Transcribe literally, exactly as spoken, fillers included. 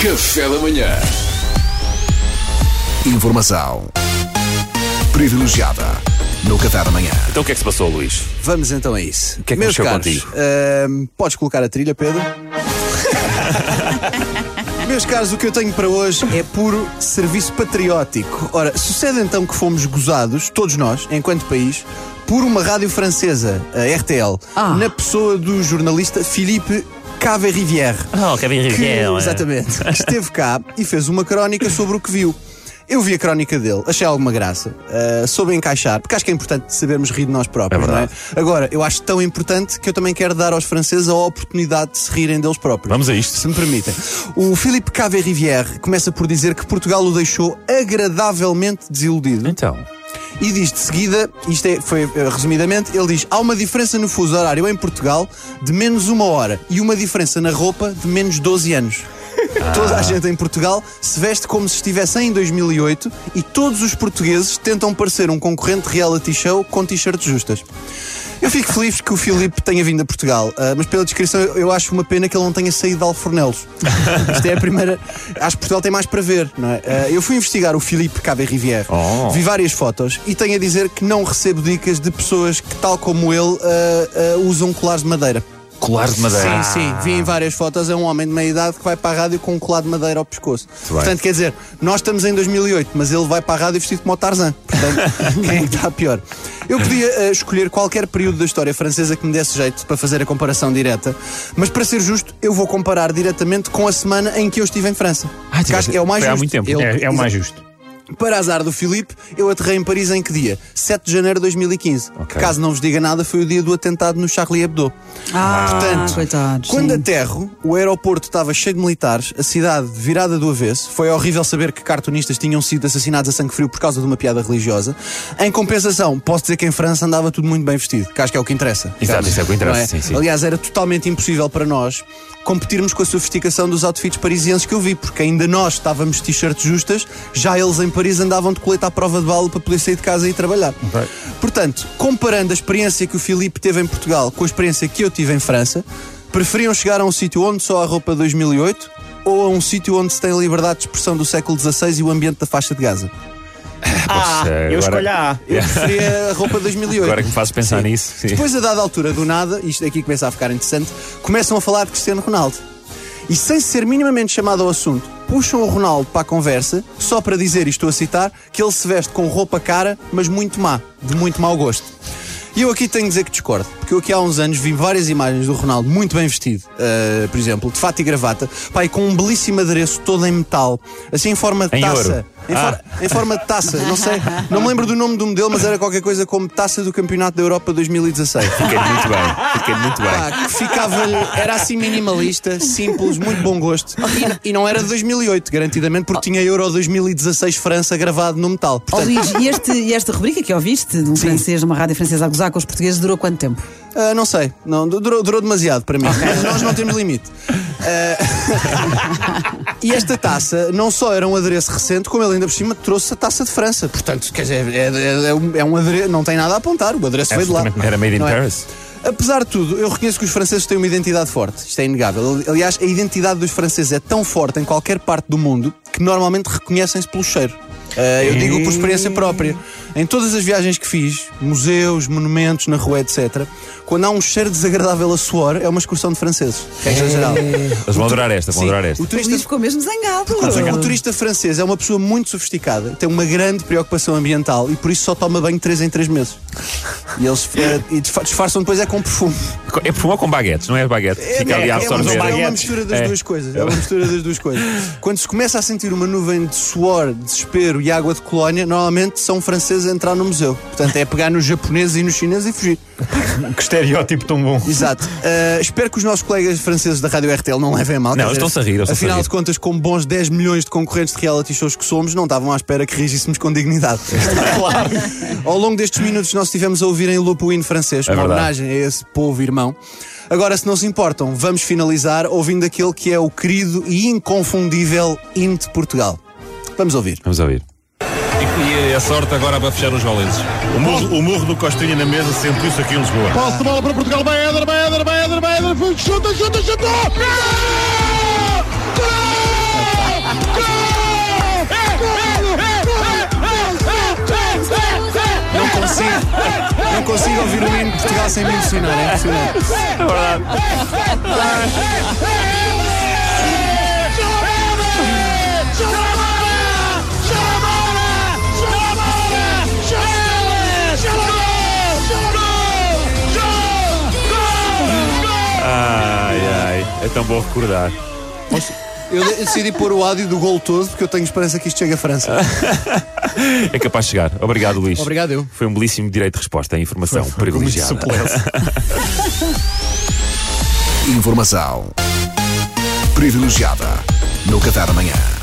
Café da manhã. Informação privilegiada no Café da manhã. Então o que é que se passou, Luís? Vamos então a isso. O que é que Meus mexeu caros, contigo? uh, podes colocar a trilha, Pedro? Meus caros, o que eu tenho para hoje é puro serviço patriótico. Ora, sucede então que fomos gozados, todos nós, enquanto país, por uma rádio francesa, a R T L, Ah. na pessoa do jornalista Philippe Caverivière. Oh, Kevin que, Rivière. exatamente, que esteve cá e fez uma crónica sobre o que viu. Eu vi a crónica dele, achei alguma graça, uh, soube encaixar, porque acho que é importante sabermos rir de nós próprios, É não é? verdade. Agora, eu acho tão importante que eu também quero dar aos franceses a oportunidade de se rirem deles próprios. Vamos a isto. Se me permitem. O Philippe Caverivière começa por dizer que Portugal o deixou agradavelmente desiludido. Então, E diz de seguida, isto é, foi eh, resumidamente, ele diz: há uma diferença no fuso horário em Portugal de menos uma hora e uma diferença na roupa de menos doze anos. Toda a gente em Portugal se veste como se estivesse em dois mil e oito e todos os portugueses tentam parecer um concorrente de reality show com t-shirts justas. Eu fico feliz que o Filipe tenha vindo a Portugal, uh, mas pela descrição eu, eu acho uma pena que ele não tenha saído de Alfornelos. Isto é a primeira. Acho que Portugal tem mais para ver, não é? Uh, eu fui investigar o Philippe Caverivière, Oh. vi várias fotos e tenho a dizer que não recebo dicas de pessoas que, tal como ele, uh, uh, usam colares de madeira. colar de madeira. Sim, sim, vi em várias fotos, é um homem de meia idade que vai para a rádio com um colar de madeira ao pescoço. Portanto, quer dizer, nós estamos em dois mil e oito, mas ele vai para a rádio vestido como o Tarzan. Portanto, quem é que está pior? Eu podia uh, escolher qualquer período da história francesa que me desse jeito para fazer a comparação direta, mas para ser justo, eu vou comparar diretamente com a semana em que eu estive em França. Ah, Que acho que é o mais foi há justo. muito tempo. Ele- É, é o mais justo. Para azar do Filipe, eu aterrei em Paris em que dia? sete de janeiro de dois mil e quinze. Ok. Caso não vos diga nada, foi o dia do atentado no Charlie Hebdo. Ah, Portanto, coitados. Quando sim. aterro, o aeroporto estava cheio de militares, a cidade virada do avesso. Foi horrível saber que cartunistas tinham sido assassinados a sangue frio por causa de uma piada religiosa. Em compensação, posso dizer que em França andava tudo muito bem vestido, que acho que é o que interessa. Exato, isso é o que interessa, Não é? sim, sim. Aliás, era totalmente impossível para nós competirmos com a sofisticação dos outfits parisienses que eu vi, porque ainda nós estávamos de t-shirts justas, já eles em Paris andavam de colete à prova de bala para poder sair de casa e ir trabalhar. Ok. Portanto, comparando a experiência que o Filipe teve em Portugal com a experiência que eu tive em França, preferiam chegar a um sítio onde só há roupa dois mil e oito ou a um sítio onde se tem a liberdade de expressão do século dezasseis e o ambiente da faixa de Gaza? Ah, Poxa, eu agora- escolho a A. Eu preferia a roupa dois mil e oito. Agora que me fazes pensar Sim. nisso. Sim. Depois, a dada altura do nada, isto aqui começa a ficar interessante, começam a falar de Cristiano Ronaldo. E sem ser minimamente chamado ao assunto, puxam o Ronaldo para a conversa, só para dizer, e estou a citar, que ele se veste com roupa cara, mas muito má, de muito mau gosto. E eu aqui tenho de dizer que discordo, porque eu aqui há uns anos vi várias imagens do Ronaldo muito bem vestido, uh, por exemplo, de fato e gravata, pai, com um belíssimo adereço todo em metal, assim em forma de Em taça. ouro. Em, Ah. for- em forma de taça, não sei, não me lembro do nome do modelo, mas era qualquer coisa como Taça do Campeonato da Europa dois mil e dezasseis. Fiquei muito bem. Fiquei muito bem. Pá, que ficava-lhe, era assim minimalista, simples, muito bom gosto. E, e não era de dois mil e oito, garantidamente, porque tinha Euro dois mil e dezasseis França gravado no metal. Ó Portanto, Luís, e, este, e esta rubrica que ouviste, de um francês, de uma rádio francesa a gozar com os portugueses, durou quanto tempo? ah, não sei, não, durou, durou demasiado para mim. Mas nós não temos limite. Ah, e esta taça não só era um adereço recente, como ele ainda por cima trouxe a taça de França. Portanto, quer dizer, é, é- é um- é um adereço, não tem nada a apontar, o adereço veio de lá. Era made in Não é? Paris. Apesar de tudo, eu reconheço que os franceses têm uma identidade forte. Isto é inegável. Aliás, a identidade dos franceses é tão forte em qualquer parte do mundo que normalmente reconhecem-se pelo cheiro. Uh, eu digo por experiência própria. Em todas as viagens que fiz, museus, monumentos, na rua, etcétera, quando há um cheiro desagradável a suor, é uma excursão de franceses. Regra geral. Eles vão adorar esta, vão Sim, adorar esta. o O turista Luís ficou mesmo zangado. o turista francês é uma pessoa muito sofisticada, tem uma grande preocupação ambiental e por isso só toma banho três em três meses. E eles eh, e disfa- disfarçam depois é com perfume. É perfume ou com baguetes, não é baguete? Fica ali a é, uma, absorver. é uma mistura das É. duas coisas. É uma mistura das duas coisas. Quando se começa a sentir uma nuvem de suor, desespero e água de colónia, normalmente são franceses a entrar no museu. Portanto, é pegar nos japoneses e nos chineses e fugir. Que estereótipo tão bom. Exato. Uh, espero que os nossos colegas franceses da Rádio R T L não levem a mal. Não, quer dizer, estão-se a rir, eles estão-se a Afinal rir. de contas, como bons dez milhões de concorrentes de reality shows que somos, não estavam à espera que reagíssemos com dignidade. Claro. Ao longo destes minutos, nós estivemos a ouvir em loop o hino francês, uma verdade. homenagem a esse povo irmão. Agora, se não se importam, vamos finalizar ouvindo aquele que é o querido e inconfundível hino de Portugal. Vamos ouvir. Vamos ouvir. E a sorte agora para fechar os valentes. O murro, o murro do Costinha na mesa sentiu-se aqui em Lisboa. Posse de bola para Portugal, vai Éder, vai Éder, vai Éder, vai Éder, chuta, chuta, chuta! Gol! Gol! consigo ouvir o hino de Portugal sem me emocionar, é impressionante. É verdade. Ai, ai, é tão bom recordar. Eu decidi pôr o áudio do gol todo porque eu tenho esperança que isto chegue à França. É capaz de chegar. Obrigado, Luís. Obrigado, eu. Foi um belíssimo direito de resposta à informação privilegiada. Informação privilegiada no Café da Manhã.